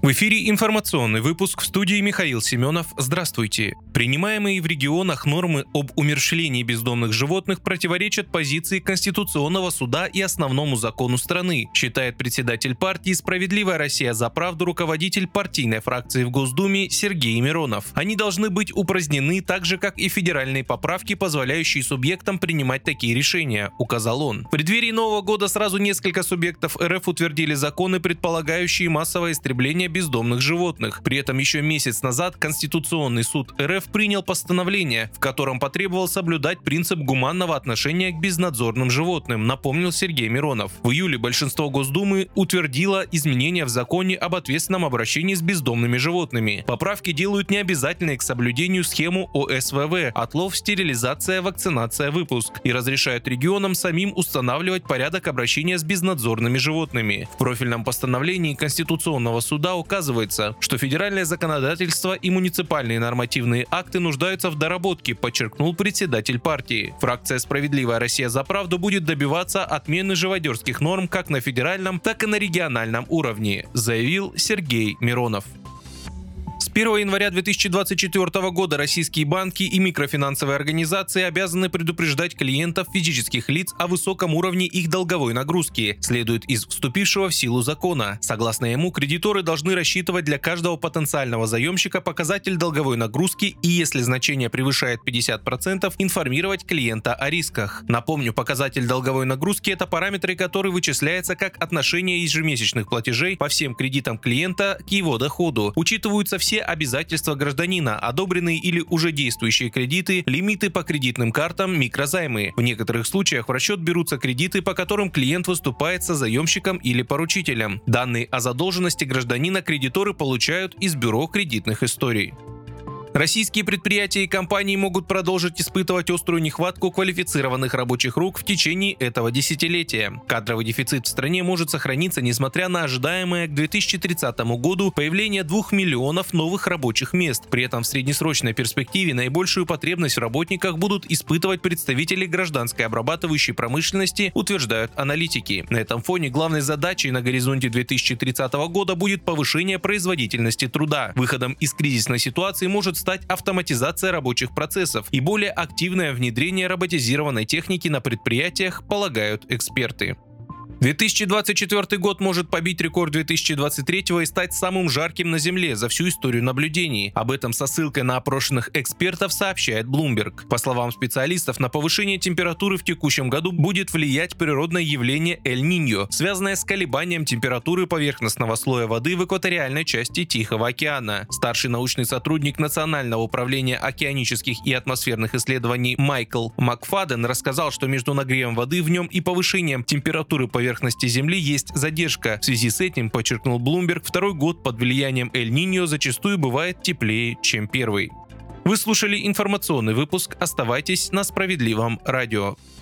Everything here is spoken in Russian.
В эфире информационный выпуск, в студии Михаил Семенов. Здравствуйте. Принимаемые в регионах нормы об умерщвлении бездомных животных противоречат позиции Конституционного суда и основному закону страны, считает председатель партии «Справедливая Россия за правду», руководитель партийной фракции в Госдуме Сергей Миронов. Они должны быть упразднены так же, как и федеральные поправки, позволяющие субъектам принимать такие решения, указал он. В преддверии Нового года сразу несколько субъектов РФ утвердили законы, предполагающие массовое истребление бездомных животных. При этом еще месяц назад Конституционный суд РФ принял постановление, в котором потребовал соблюдать принцип гуманного отношения к безнадзорным животным, напомнил Сергей Миронов. В июле большинство Госдумы утвердило изменения в законе об ответственном обращении с бездомными животными. Поправки делают необязательной к соблюдению схему ОСВВ – отлов, стерилизация, вакцинация, выпуск, и разрешают регионам самим устанавливать порядок обращения с безнадзорными животными. В профильном постановлении Конституционного суда указывается, что федеральное законодательство и муниципальные нормативные акты нуждаются в доработке, подчеркнул председатель партии. Фракция «Справедливая Россия за правду» будет добиваться отмены живодерских норм как на федеральном, так и на региональном уровне, заявил Сергей Миронов. С 1 января 2024 года российские банки и микрофинансовые организации обязаны предупреждать клиентов физических лиц о высоком уровне их долговой нагрузки, следует из вступившего в силу закона. Согласно ему, кредиторы должны рассчитывать для каждого потенциального заемщика показатель долговой нагрузки и, если значение превышает 50%, информировать клиента о рисках. Напомню, показатель долговой нагрузки – это параметр, который вычисляется как отношение ежемесячных платежей по всем кредитам клиента к его доходу. Учитываются все обязательства гражданина, одобренные или уже действующие кредиты, лимиты по кредитным картам, микрозаймы. В некоторых случаях в расчет берутся кредиты, по которым клиент выступает созаемщиком или поручителем. Данные о задолженности гражданина кредиторы получают из бюро кредитных историй. Российские предприятия и компании могут продолжить испытывать острую нехватку квалифицированных рабочих рук в течение этого десятилетия. Кадровый дефицит в стране может сохраниться, несмотря на ожидаемое к 2030 году появление 2 миллионов новых рабочих мест. При этом в среднесрочной перспективе наибольшую потребность в работниках будут испытывать представители гражданской обрабатывающей промышленности, утверждают аналитики. На этом фоне главной задачей на горизонте 2030 года будет повышение производительности труда. Выходом из кризисной ситуации может стать автоматизация рабочих процессов и более активное внедрение роботизированной техники на предприятиях, полагают эксперты. 2024 год может побить рекорд 2023 и стать самым жарким на Земле за всю историю наблюдений. Об этом со ссылкой на опрошенных экспертов сообщает Bloomberg. По словам специалистов, на повышение температуры в текущем году будет влиять природное явление Эль-Ниньо, связанное с колебанием температуры поверхностного слоя воды в экваториальной части Тихого океана. Старший научный сотрудник Национального управления океанических и атмосферных исследований Майкл Макфаден рассказал, что между нагревом воды в нем и повышением температуры поверхности Земли есть задержка. В связи с этим, подчеркнул Bloomberg, второй год под влиянием Эль-Ниньо зачастую бывает теплее, чем первый. Вы слушали информационный выпуск. Оставайтесь на Справедливом радио.